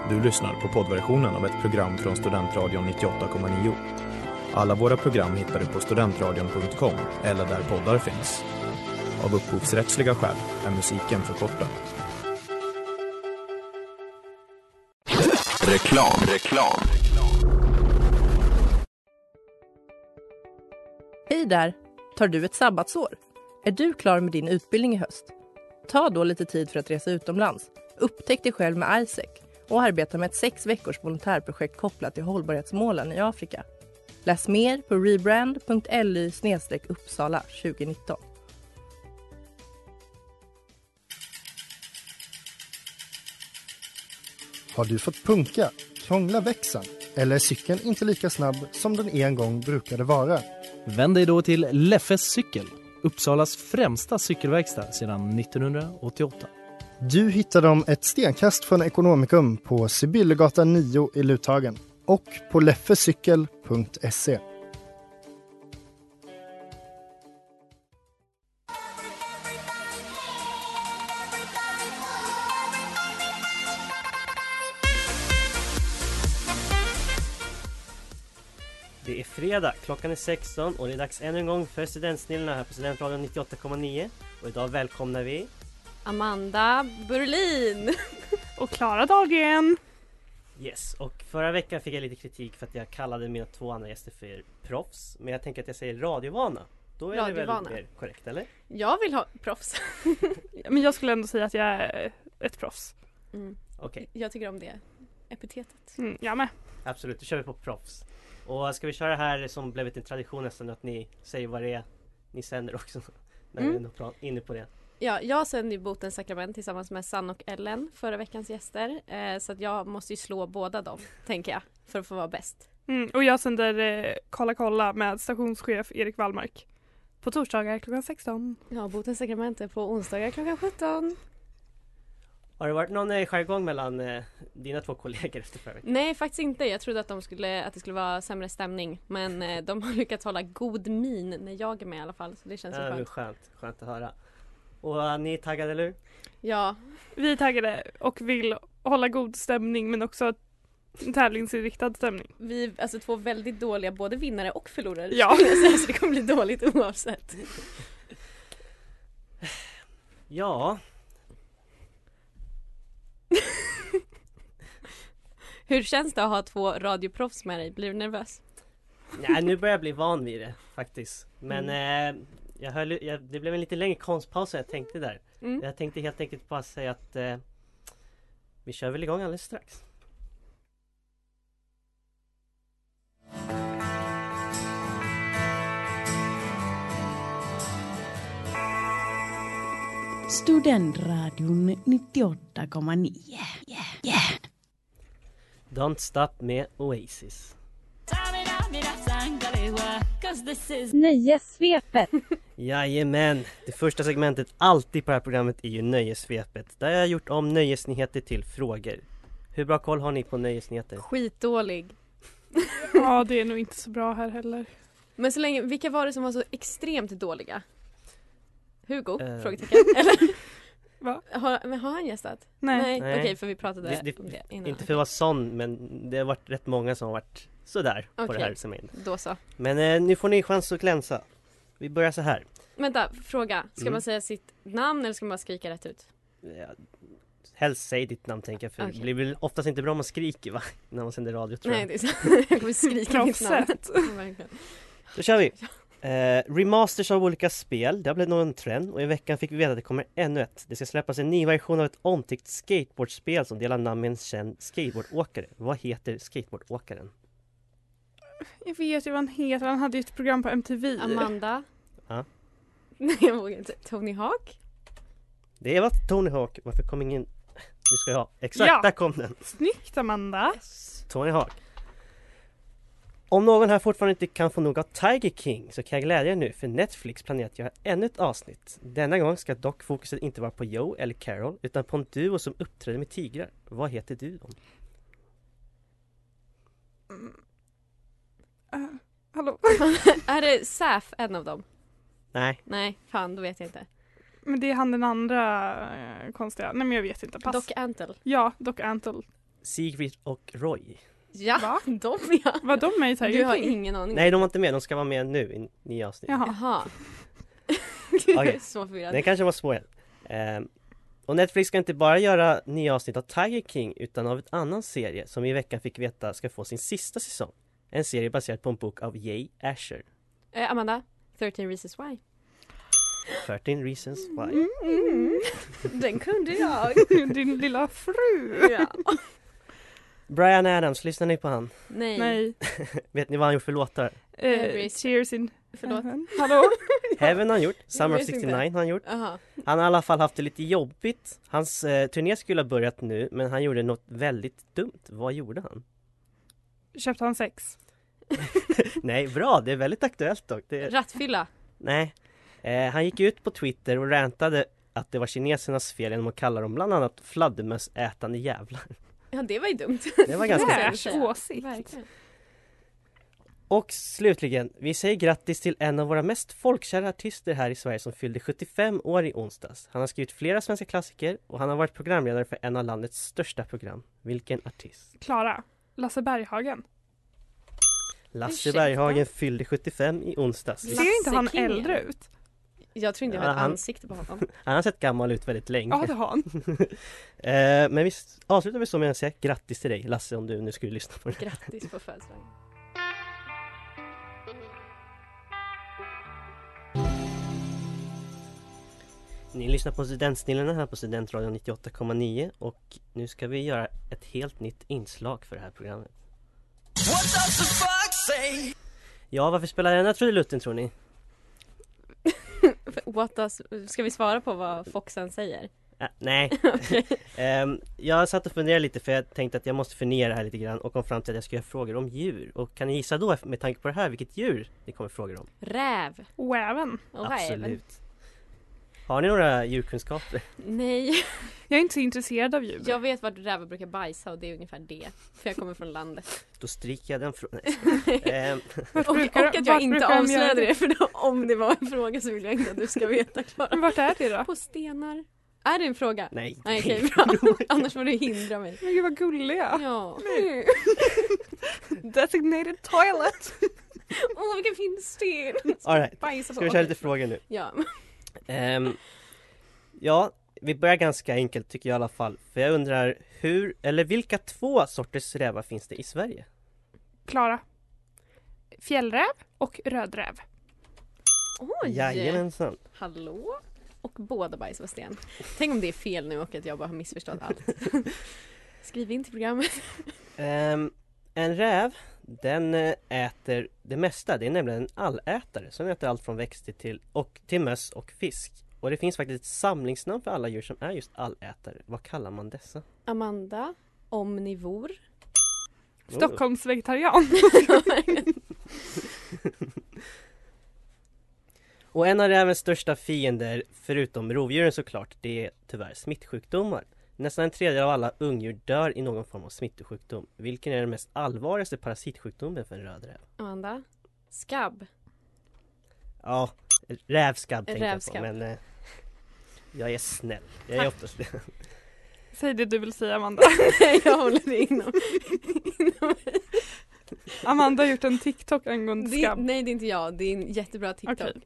Du lyssnar på poddversionen av ett program från Studentradion 98,9. Alla våra program hittar du på studentradion.com eller där poddar finns. Av upphovsrättsliga skäl är musiken förkortad. Reklam. Hej där! Tar du ett sabbatsår? Är du klar med din utbildning i höst? Ta då lite tid för att resa utomlands. Upptäck dig själv med ISEC och arbeta med ett 6 veckors volontärprojekt kopplat till hållbarhetsmålen i Afrika. Läs mer på rebrand.ly/Uppsala 2019. Har du fått punka, krångla växeln eller är cykeln inte lika snabb som den en gång brukade vara? Vänd dig då till Leffes cykel, Uppsalas främsta cykelverkstad sedan 1988. Du hittar dem ett stenkast från Ekonomikum på Sibyllegatan 9 i Luthagen och på leffecykel.se. Det är fredag, klockan är 16 och det är dags ännu en gång för Studentsnillena här på Studentradion 98,9. Och idag välkomnar vi Amanda Burlin och Klara Dahlgren. Yes, och förra veckan fick jag lite kritik för att jag kallade mina 2 andra gäster för proffs. Men jag tänker att jag säger radiovana. Då är radiovana. Det väl mer korrekt, eller? Jag vill ha proffs. Men jag skulle ändå säga att jag är ett proffs. Okej. Jag tycker om det epitetet. Jag med. Absolut, då kör vi på proffs. Och ska vi köra här som blev en tradition nästan att ni säger vad det är ni sänder också. När vi är inne på det. Ja, jag sände ju Botens sakrament tillsammans med Sann och Ellen, förra veckans gäster. Så att jag måste ju slå båda dem, tänker jag, för att få vara bäst. Och jag sänder Kolla med stationschef Erik Wallmark på torsdagar klockan 16. Ja, Botens sakrament är på onsdagar klockan 17. Har det varit någon jargong mellan dina 2 kollegor efter förra veckan? Nej, faktiskt inte. Jag trodde att det skulle vara sämre stämning. Men de har lyckats hålla god min när jag är med i alla fall. Så det känns ju skönt att höra. Och ni är taggade, eller hur? Ja. Vi är taggade och vill hålla god stämning men också en tävlingsinriktad stämning. Vi är alltså 2 väldigt dåliga, både vinnare och förlorare. Ja. Så det kommer bli dåligt oavsett. Ja. Hur känns det att ha 2 radioproffs med dig? Blir du nervös? Nej, nu börjar jag bli van vid det faktiskt. Men det blev en lite längre konstpaus än jag tänkte där. Jag tänkte helt enkelt bara säga att vi kör väl igång alldeles strax. Studentradion 98,9. Yeah. Don't Stop med Oasis. Nöjessvepet. Jajamän, det första segmentet alltid på det här programmet är ju nöjessvepet. Där jag har gjort om nöjesnyheter till frågor. Hur bra koll har ni på nöjesnyheter? Skitdålig. Ja, det är nog inte så bra här heller. Men så länge, vilka var det som var så extremt dåliga? Hugo? Frågetecken. Eller? Va? Har han gästat? Nej. Okej, för vi pratade om det innan. Inte för att vara sån, men det har varit rätt många som har varit sådär på det här segmentet. Då så. Men nu får ni chans att glänsa. Vi börjar så här. Vänta, fråga. Ska man säga sitt namn eller ska man skrika rätt ut? Ja, helst säg ditt namn, tänker jag. För det blir väl oftast inte bra om man skriker, va? När man sänder radio, tror jag. Nej, det är så. Jag kommer skrika mitt namn. Då kör vi. Remasters av olika spel, det har blivit någon trend. Och i veckan fick vi veta att det kommer ännu ett. Det ska släppas en ny version av ett omtyckt skateboardspel som delar namn med en känd skateboardåkare. Vad heter skateboardåkaren? Jag vet ju vad han heter. Han hade ju ett program på MTV. Amanda. Ja. Nej, jag vågar inte. Tony Hawk? Det var Tony Hawk. Varför kom ingen... Nu ska jag ha. Exakt, där kom den. Snyggt, Amanda. Yes. Tony Hawk. Om någon här fortfarande inte kan få nog av Tiger King så kan jag glädja er nu, för Netflix planerar att göra ännu ett avsnitt. Denna gång ska dock fokuset inte vara på Joe eller Carol utan på en duo som uppträder med tigrar. Vad heter duon? Hallå? Är det Saf en av dem? Nej. Nej, fan, då vet jag inte. Men det är han den andra konstiga. Nej, men jag vet inte. Pass. Doc Antle. Ja, Doc Antle. Sigrid och Roy. Ja, Va? de ja. Var de med i Tiger Du har King? ingen aning. Nej, de var inte med. De ska vara med nu i 9 avsnitt. Jaha. Jag Okej. är så förvirrad. Den kanske var svår. Och Netflix ska inte bara göra 9 avsnitt av Tiger King utan av ett annan serie som vi i veckan fick veta ska få sin sista säsong. En serie baserad på en bok av Jay Asher. Amanda, 13 Reasons Why. 13 Reasons Why. Den kunde jag. Din lilla fru. Ja. Bryan Adams, lyssnar ni på han? Nej. Nej. Vet ni vad han gjort för låtar? Cheers in Förlåt. heaven. Hallå? Heaven har han gjort, Summer of vet inte. 69 har han gjort. Aha. Han har i alla fall haft det lite jobbigt. Hans turné skulle ha börjat nu, men han gjorde något väldigt dumt. Vad gjorde han? Köpte han sex? Nej, bra, det är väldigt aktuellt dock. Rattfylla. Nej, han gick ut på Twitter och rantade att det var kinesernas fel genom att kalla dem bland annat fladdermössätande jävlar. Ja, det var ju dumt. Det var ganska Fräsch åsikt. Verkligen. Och slutligen, vi säger grattis till en av våra mest folkkära artister här i Sverige som fyllde 75 år i onsdags. Han har skrivit flera svenska klassiker och han har varit programledare för en av landets största program. Vilken artist? Klara. Lasse Berghagen. Lasse Ursäkta? Berghagen fyllde 75 i onsdags. Ser inte han King. äldre ut? Jag tror inte jag har ett Ja, han- ansikte på honom. Han har sett gammal ut väldigt länge. Ja, det har han. Men vi avslutar med så med att säga grattis till dig Lasse om du nu skulle lyssna på det. Grattis på födelsedagen. Ni lyssnar på Studentsnillena här på Studentradion 98,9 och nu ska vi göra ett helt nytt inslag för det här programmet. Ja, varför spelar den här trudelutten tror ni? Ska vi svara på vad Foxen säger? Nej. Jag satt och funderade lite för jag tänkte att jag måste förnya det här lite grann och kom fram till att jag skulle göra frågor om djur. Och kan ni gissa då med tanke på det här vilket djur ni kommer frågor om? Räv. Räven. Och räven. Absolut. Har ni några djurkunskaper? Nej, Jag är inte så intresserad av djur. jag vet vart rävar brukar bajsa och det är ungefär det. För jag kommer från landet. Då stryker jag den frågan. Vart Och brukar- att jag vart inte brukar de göra avslöjade det. För då, om det var en fråga så vill jag inte att du ska veta, Klara. Men vart är det då? På stenar. Är det en fråga? Nej. Nej, okej, bra. Annars får du hindra mig. Men gud vad gulliga. Ja. Designated toilet. Åh, vilken fin sten. All right. Bajsa Ska vi köra lite frågor nu? Ja. Ja, vi börjar ganska enkelt tycker jag i alla fall. För jag undrar vilka 2 sorters rävar finns det i Sverige? Klara. Fjällräv och rödräv. Oj. Jajamensan. Hallå? Och båda bajsar på sten. Tänk om det är fel nu och att jag bara har missförstått allt. Skriv in till programmet. En räv, den äter det mesta. Det är nämligen en allätare som äter allt från växter till möss och fisk. Och det finns faktiskt ett samlingsnamn för alla djur som är just allätare. Vad kallar man dessa? Amanda, omnivor. Stockholms vegetarian. Och en av rävens största fiender, förutom rovdjuren såklart, det är tyvärr smittsjukdomar. Nästan en tredjedel av alla ungdjur dör i någon form av smittsjukdom. Vilken är den mest allvarligaste parasitsjukdomen för en rödräv? Amanda, skabb. Ja, rävskabb tänkte jag på, Rävskabb. men jag är snäll. Jag är oftast det. Säg det du vill säga, Amanda. Jag håller det inom mig. Amanda har gjort en TikTok angående skabb. Nej, det är inte jag. Det är en jättebra TikTok. Okej.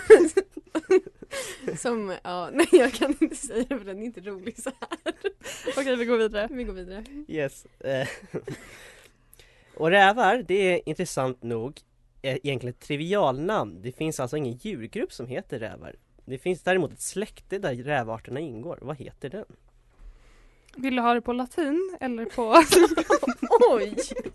Som nej, jag kan inte säga det för den är inte rolig så här. Okej, vi går vidare. Vi går vidare. Yes. Och rävar, det är intressant nog egentligen ett trivialnamn. Det finns alltså ingen djurgrupp som heter rävar. Det finns däremot ett släkte där rävarterna ingår. Vad heter den? Vill du ha det på latin eller på... Oj!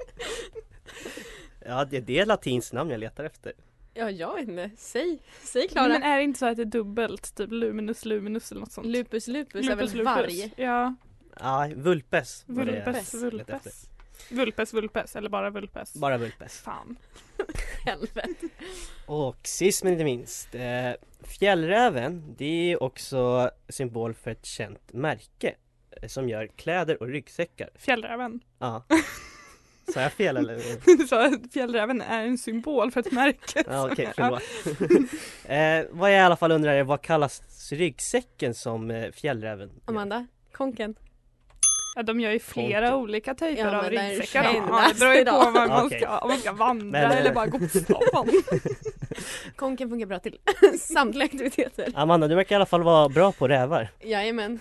Ja, det är latinskt namn jag letar efter. Ja, jag vet inte. Säg Klara. Men är det inte så att det är dubbelt? Typ luminus eller något sånt? Lupus är väl varg? Ja. Ja, vulpes. var det jag Vulpes. letade efter. Vulpes eller bara vulpes? Bara vulpes. Fan. Helvete. Och sist men inte minst, fjällräven, det är också symbol för ett känt märke som gör kläder och ryggsäckar. Fjällräven. Ja. Sa jag fel eller? Du sa att fjällräven är en symbol för ett märke. Ja, okej, förlåt. Vad jag i alla fall undrar är, vad kallas ryggsäcken som fjällräven? Amanda, konken. Ja, de gör ju flera olika typer av ryggsäckar. Ja, det beror ju på vad man Okej. ska, om man ska vandra Men, eller bara gå på stan. Konken funkar bra till samtliga aktiviteter. Amanda, du verkar i alla fall vara bra på rävar. Jajamän.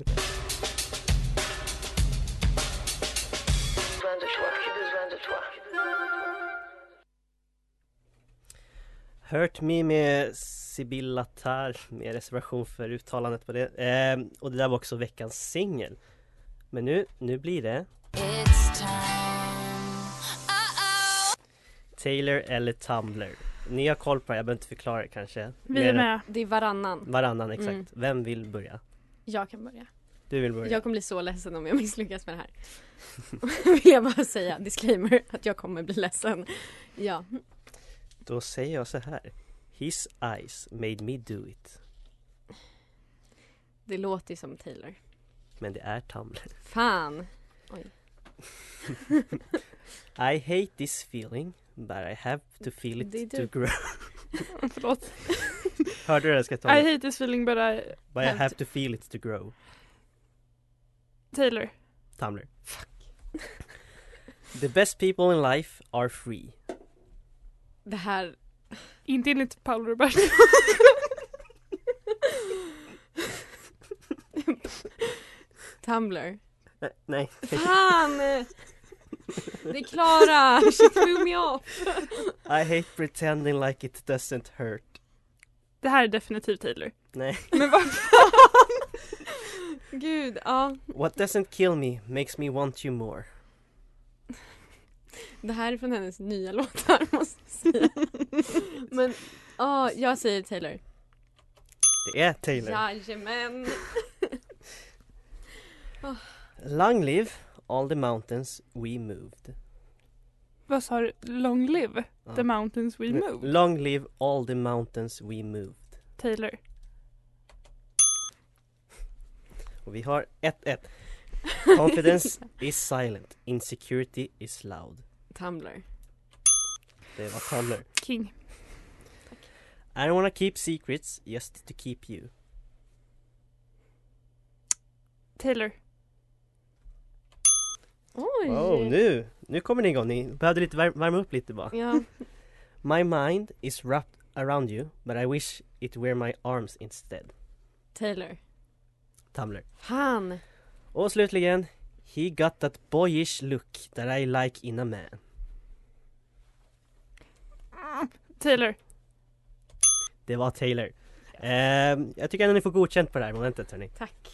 Hurt Me med Sibylla Tar med reservation för uttalandet på det. Och det där var också veckans singel. Men nu blir det Taylor eller Tumblr. Ni har koll på det, jag behöver inte förklara det kanske. Vi är med. Det är varannan. Varannan, exakt. Vem vill börja? Jag kan börja. Du vill börja. Jag kommer bli så ledsen om jag misslyckas med det här. Vill jag bara säga, disclaimer, att jag kommer bli ledsen. Ja. Då säger jag så här. His eyes made me do it. Det låter ju som Taylor. Men det är Tumblr. Fan. Oj. I hate this feeling, but I have to feel Det är it du. to grow. Förlåt. Hörde du det? Ska jag I ta hate this feeling but But I have to feel it to grow. Taylor. Tumblr. Fuck. The best people in life are free. Det här... Inte enligt Paolo Roberto. Tumblr. Nej. Fan! Det är Klara! She threw me off. I hate pretending like it doesn't hurt. Det här är definitivt Taylor. Nej. Men vad fan? Gud, ja. What doesn't kill me makes me want you more. Det här är från hennes nya låtar, måste jag säga. Men, ja, jag säger Taylor. Det är Taylor. Jajamän. Long live all the mountains we moved. Vad sa du? Long live Ja. the mountains we moved. Long live all the mountains we moved. Taylor. Och vi har 1-1. Confidence is silent. Insecurity is loud. Tumblr. Det var Tumblr. King. I don't wanna keep secrets just to keep you. Taylor. Oj. Oh, nu kommer ni igång. Ni behövde lite värma upp lite bara. Ja. My mind is wrapped around you, but I wish it were my arms instead. Taylor. Tumblr. Fan. Och slutligen, he got that boyish look that I like in a man. Taylor. Det var Taylor. Jag tycker ändå ni får godkänt på det här momentet, hörni. Tack.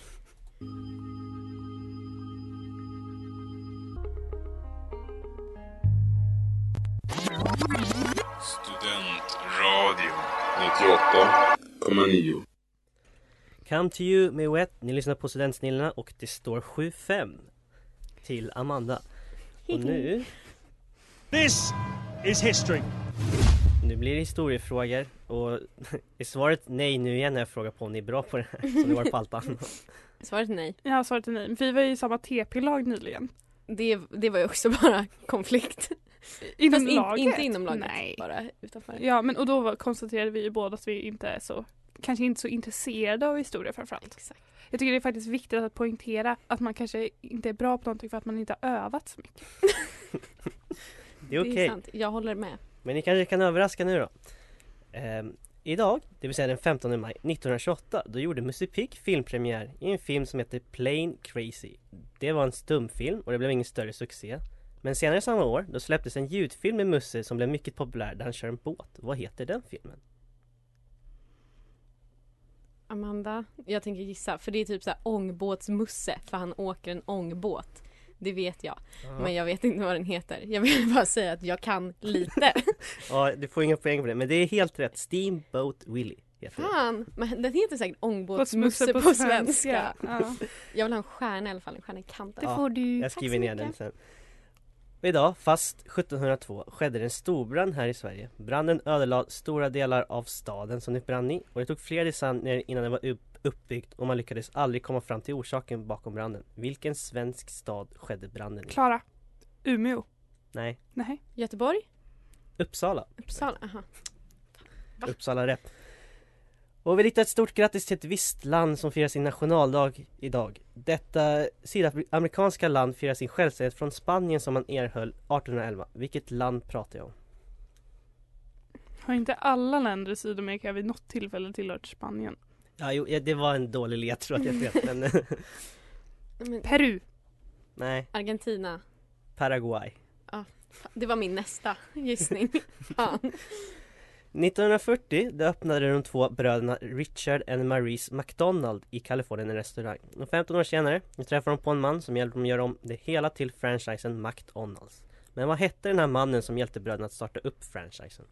Studentradio 98,9. Come to you med Wet. Ni lyssnar på Studentsnillena och det står 7-5 till Amanda. Och nu... This is history. Nu blir det historiefrågor och är svaret nej nu igen när jag frågar på om ni är bra på det här. Så det var på allt annat. Svaret är nej. Jag har svarat nej. Vi var i samma TP-lag nyligen. Det var ju också bara konflikt. Inom Fast laget? inte inom laget, Nej. bara utanför. Ja, men och då konstaterade vi ju båda att vi inte är så, kanske inte så intresserade av historia framförallt. Exakt. Jag tycker det är faktiskt viktigt att poängtera att man kanske inte är bra på någonting för att man inte har övat så mycket. Det är okej. Det är sant, jag håller med. Men ni kanske kan överraska nu då. Idag, det vill säga den 15 maj 1928, då gjorde Musse Pigg filmpremiär i en film som heter Plain Crazy. Det var en stumfilm och det blev ingen större succé. Men senare samma år, då släpptes en ljudfilm med Musse som blev mycket populär där han kör en båt. Vad heter den filmen? Amanda, jag tänker gissa, för det är typ så här ångbåtsmusse, för han åker en ångbåt. Det vet jag, men jag vet inte vad den heter. Jag vill bara säga att jag kan lite. Ja, du får inga poäng på det, men det är helt rätt. Steamboat Willie heter det. Fan, men den heter säkert ångbåtsmusse på svenska. Ja. Jag vill ha en stjärna i alla fall, en stjärna i kanten. Det får du. Jag skriver ner den sen. Och idag, fast 1702, skedde det en storbrand här i Sverige. Branden ödelade stora delar av staden som det brann i. Och det tog flera decennier innan det var uppbyggt och man lyckades aldrig komma fram till orsaken bakom branden. Vilken svensk stad skedde branden i? Klara. Umeå. Nej. Nej. Göteborg? Uppsala. Uppsala, aha. Va? Uppsala rätt. Och vi riktar ett stort grattis till ett visst land som firar sin nationaldag idag. Detta sydamerikanska land firar sin självständighet från Spanien som man erhöll 1811. Vilket land pratar jag om? Har inte alla länder i Sydamerika vid något tillfälle tillhört Spanien? Ja, jo, det var en dålig ledtråd, jag vet. Men... Peru. Nej. Argentina. Paraguay. Ja, det var min nästa gissning. Fan. 1940 då öppnade de 2 bröderna Richard och Maurice McDonald i Kalifornien en restaurang. Och 15 år senare träffade de på en man som hjälpte dem att göra om det hela till franchisen McDonalds. Men vad hette den här mannen som hjälpte bröderna att starta upp franchisen?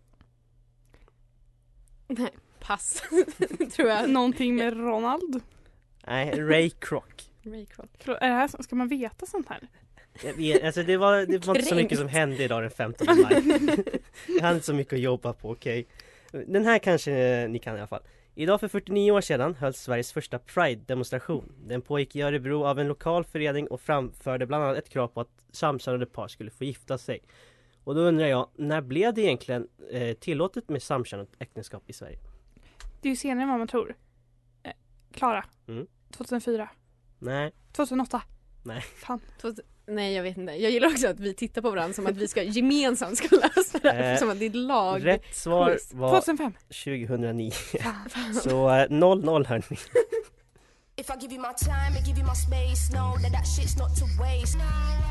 Nej, pass. Tror jag. Någonting med Ronald? Nej, Ray Kroc. Ray Kroc. Ska man veta sånt här? Alltså det var inte så mycket som hände idag den 15 maj. Jag hade inte så mycket att jobba på, okej. Den här kanske ni kan i alla fall. Idag för 49 år sedan hölls Sveriges första Pride-demonstration. Den pågick i Örebro av en lokal förening och framförde bland annat ett krav på att samkönade par skulle få gifta sig. Och då undrar jag, när blev det egentligen tillåtet med samkönat äktenskap i Sverige? Det är ju senare än vad man tror. Klara. 2004. Nej. 2008. Nej. Fan. Nej, jag vet inte. Jag gillar också att vi tittar på varandra som att vi gemensamt ska lösa det här. Som att det är ett lag. Rätt svar var 2005. 2009. Så 0-0 hörni. If I give you my time and give you my space, know that shit's not to waste.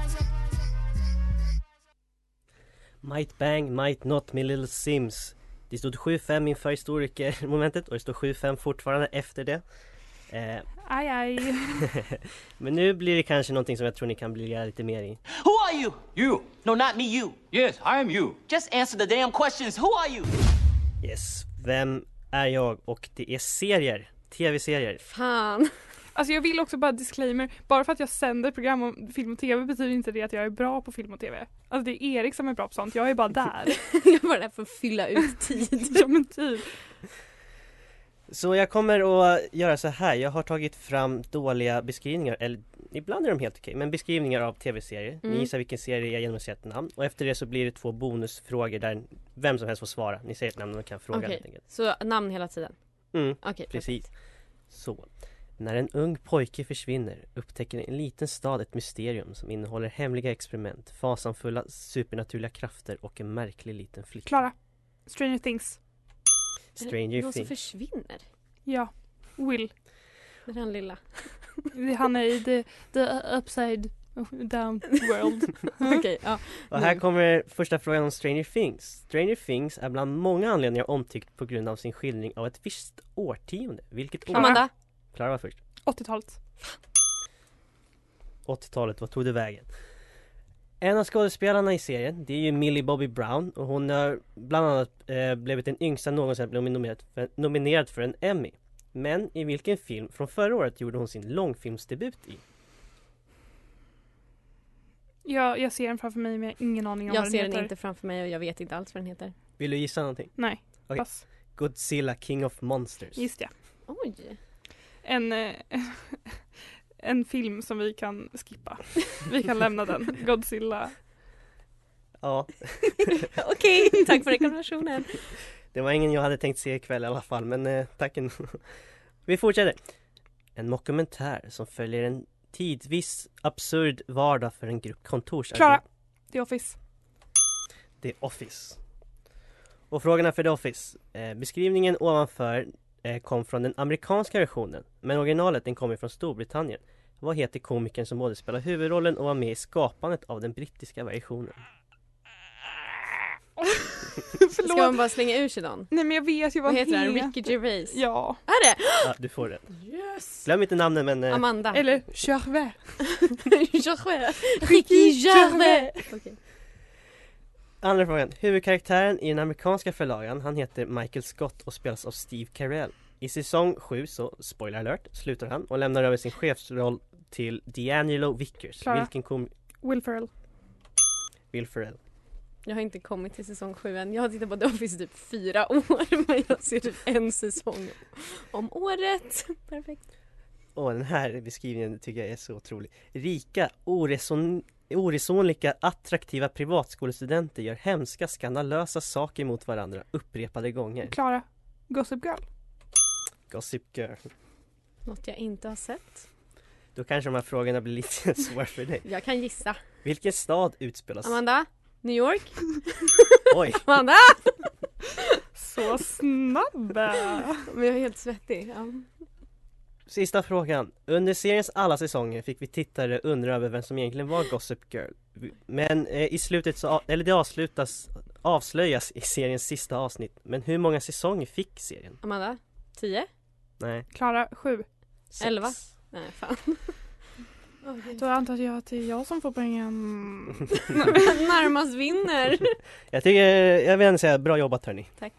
Might bang, might not med Little Sims. Det stod 7-5 inför historikermomentet och det står 7-5 fortfarande efter det. Aj. Men nu blir det kanske någonting som jag tror ni kan bli lite mer i. Who are you? You. No, not me, you. Yes, I am you. Just answer the damn questions. Who are you? Yes, vem är jag? Och det är serier, tv-serier. Fan. Alltså jag vill också bara disclaimer. Bara för att jag sänder program om film och tv betyder inte det att jag är bra på film och tv. Alltså det är Erik som är bra på sånt. Jag är bara där. Jag är bara där för att fylla ut tid. Ja, men typ. Så jag kommer att göra så här. Jag har tagit fram dåliga beskrivningar. Eller ibland är de helt okej. Men beskrivningar av tv-serier. Ni gissar vilken serie jag genom att säga ett namn. Och efter det så blir det 2 bonusfrågor där vem som helst får svara. Ni säger ett namn och kan fråga. Okej, så namn hela tiden? Okej, precis. Så. När en ung pojke försvinner upptäcker en liten stad ett mysterium som innehåller hemliga experiment, fasanfulla supernaturliga krafter och en märklig liten flicka. Klara. Stranger Things. Stranger Någon som Things. försvinner? Ja. Will. Det är den lilla. Han är i the upside down world. Okej, ja. Och här kommer första frågan om Stranger Things. Stranger Things är bland många anledningar omtyckt på grund av sin skildring av ett visst årtionde. Vilket år? Amanda. Klara var först. 80-talet. 80-talet, vad tog det vägen? En av skådespelarna i serien, det är ju Millie Bobby Brown. Och hon har bland annat blivit den yngsta någonsin att bli nominerad för en Emmy. Men i vilken film från förra året gjorde hon sin långfilmsdebut i? Jag ser den framför mig men ingen aning om vad den heter. Jag ser den inte framför mig och jag vet inte alls vad den heter. Vill du gissa någonting? Nej, okay. pass. Godzilla, King of Monsters. Just det. Oj. En film som vi kan skippa. Vi kan lämna den. Godzilla. Ja. Okej, tack för rekommendationen. Det var ingen jag hade tänkt se ikväll i alla fall, men tack ändå. Vi fortsätter. En dokumentär som följer en tidvis absurd vardag för en grupp kontorsarbetare. Klara. The Office. The Office. Och frågorna för The Office. Beskrivningen ovanför kom från den amerikanska versionen, men originalet den kommer från Storbritannien. Vad heter komikern som både spelar huvudrollen och var med i skapandet av den brittiska versionen? Ska man bara slänga ur sig den? Nej, men jag vet ju vad heter han? Ricky Gervais. Ja. Är det? Ja, du får det. Yes. Glöm inte namnen, men... Amanda. Eller Gervais. Ricky Gervais. Okay. Andra frågan. Huvudkaraktären i den amerikanska förlagan, han heter Michael Scott och spelas av Steve Carell. I säsong 7 så, spoiler alert, slutar han och lämnar över sin chefsroll till D'Angelo Vickers. Klara. Vilken Will Ferrell. Will Ferrell. Jag har inte kommit till säsong 7 än. Jag har tittat på The Office typ 4 år. Men jag ser typ en säsong om året. Perfekt. Den här beskrivningen tycker jag är så otrolig. Rika, oresonliga, attraktiva privatskolestudenter gör hemska, skandalösa saker mot varandra upprepade gånger. Klara. Gossip Girl. Gossip Girl. Något jag inte har sett. Då kanske de här frågorna blir lite svåra för dig. Jag kan gissa. Vilken stad utspelas? Amanda? New York? Oj! Amanda! Så snabba! Men jag är helt svettig. Ja. Sista frågan. Under seriens alla säsonger fick vi tittare undra över vem som egentligen var Gossip Girl. Men i slutet så, eller det avslöjas i seriens sista avsnitt. Men hur många säsonger fick serien? Amanda? 10? Nej. Klara 7. 6. 11? Nej, fan. Då antar jag att det är jag som får poängen. Närmast vinner. Jag vill säga bra jobbat hörni. Tack.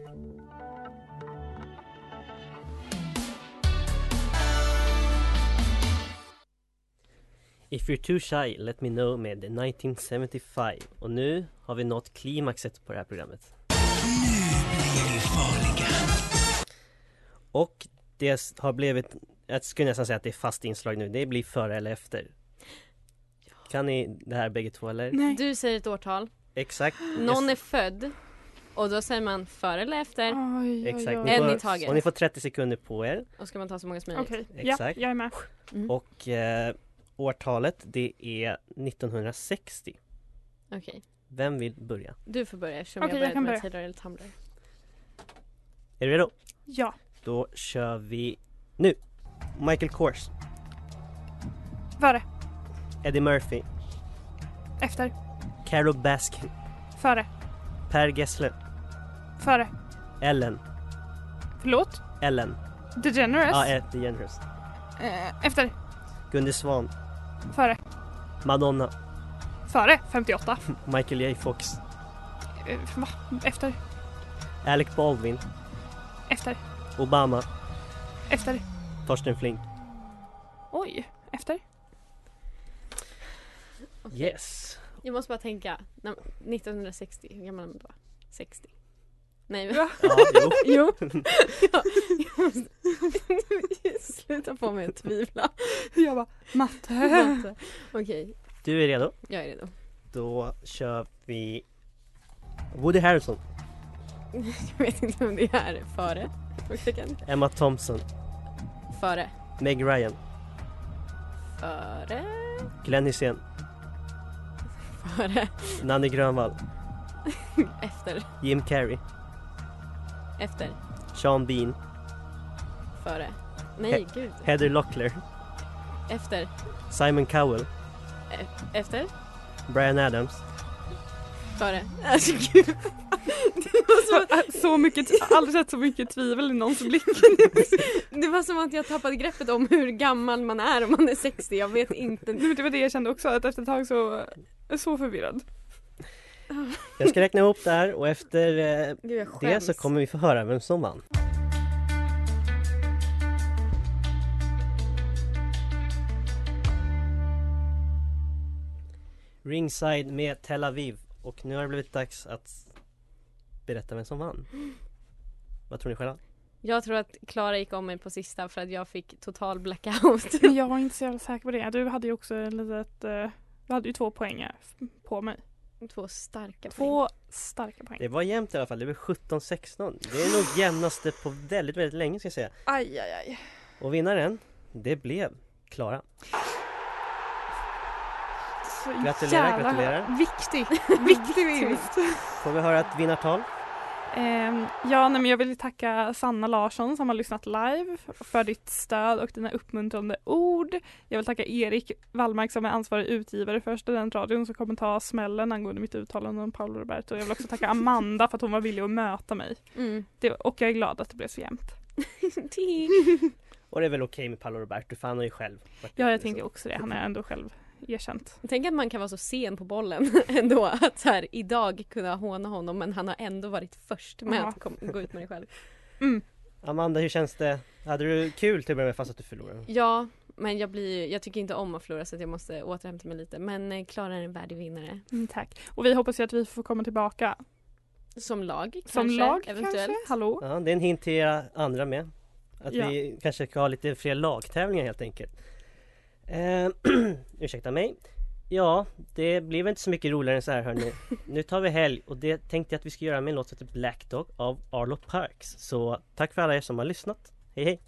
If you're too shy, let me know med 1975. Och nu har vi nått klimaxet på det här programmet. Och det har blivit, jag skulle nästan säga att det är fast inslag nu. Det blir före eller efter. Kan ni det här bägge två eller? Nej. Du säger ett årtal. Exakt. Någon är född. Och då säger man före eller efter. Oj, Exakt. oj, oj. En i taget. Och ni får 30 sekunder på er. Och ska man ta så många som möjligt. Okej, Exakt. ja, jag är med. Mm. Och årtalet det är 1960. Okej. Vem vill börja? Du får börja eftersom Okej, jag jag kan började med börja. Taylor eller Tumblr. Är du redo? Ja. Då kör vi nu. Michael Kors, Före. Eddie Murphy, Efter. Carol Baskin, Före. Per Gessle, Före. Ellen, Förlåt? Ellen. DeGeneres. Ja, DeGeneres. Efter. Gunde Svan, Före. Madonna, Före. 58. Michael J. Fox, Va? Efter. Alec Baldwin, Efter. Obama, Efter. Torsten Flink. Oj. Efter. Yes. Jag måste bara tänka. 1960. Hur gammal är man då? 60. Nej. Va? Ja, jo. Jo. Ja, jag måste... Sluta få mig att tvivla. Jag bara, matte. Okej, Du är redo? jag är redo. Då kör vi Woody Harrelson, Jag vet inte om det är före. Emma Thompson, Före. Meg Ryan, Före. Glenn Hysén, Före. Nanny Grönvall, Efter. Jim Carrey, Efter. Sean Bean, Före. Nej, gud. Heather Locklear, Efter. Simon Cowell, Efter. Bryan Adams, Före. Alltså gud. Det var Så mycket, aldrig sett så mycket tvivel i någons blick. Det var som att jag tappade greppet om hur gammal man är om man är 60. Jag vet inte. Det var det jag kände också, att efter ett tag så förvirrad. Jag ska räkna ihop det här och efter Gud, jag det skäms. så kommer vi få höra vem som vann. Ringside med Tel Aviv. Och nu har det blivit dags att berätta vem som vann. Vad tror ni själva? Jag tror att Klara gick om mig på sista för att jag fick total blackout. Men jag var inte så jävla säker på det. Du hade ju också du hade ju 2 poäng på mig. 2 starka poäng. 2 starka poäng. Det var jämnt i alla fall, det blev 17-16. Det är nog jämnaste på väldigt, väldigt länge ska jag säga. Aj, aj, aj. Och vinnaren, det blev Klara. Så Gratulerar, jävla gratulerar. Viktig vinst. Får vi höra ett vinnartal? Men jag vill tacka Sanna Larsson som har lyssnat live för ditt stöd och dina uppmuntrande ord. Jag vill tacka Erik Wallmark som är ansvarig utgivare för Studentradion som kommer ta smällen angående mitt uttalande om Paolo Roberto. Jag vill också tacka Amanda för att hon var villig att möta mig. Och jag är glad att det blev så jämnt. Och det är väl okej med Paolo Roberto för han har ju själv varit Ja, jag ute, tänker så. också det. Han är ändå själv erkänt. Tänk att man kan vara så sen på bollen ändå. Att så här, idag kunna håna honom men han har ändå varit först med att gå ut med det själv. Amanda, hur känns det? Hade du kul till att börja med fast att du förlorade? Ja, men jag tycker inte om att förlora så att jag måste återhämta mig lite. Men Klara är en värdig vinnare. Tack. Och vi hoppas ju att vi får komma tillbaka. Som lag kanske? Som lag eventuellt. kanske? Hallå? Ja, det är en hint till era andra med. Att Ja. vi kanske ska ha lite fler lagtävlingar helt enkelt. Ursäkta mig. Ja, det blir väl inte så mycket roligare än så här hörni. Nu tar vi helg och det tänkte jag att vi ska göra med en låt som heter Black Dog av Arlo Parks. Så tack för alla er som har lyssnat. Hej hej!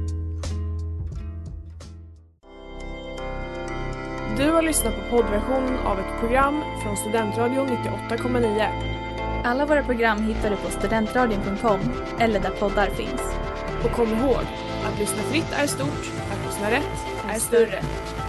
Du har lyssnat på poddversion av ett program från Studentradion 98,9. Alla våra program hittar du på studentradion.com eller där poddar finns. Och kom ihåg, att lyssna fritt är stort, att lyssna rätt är större.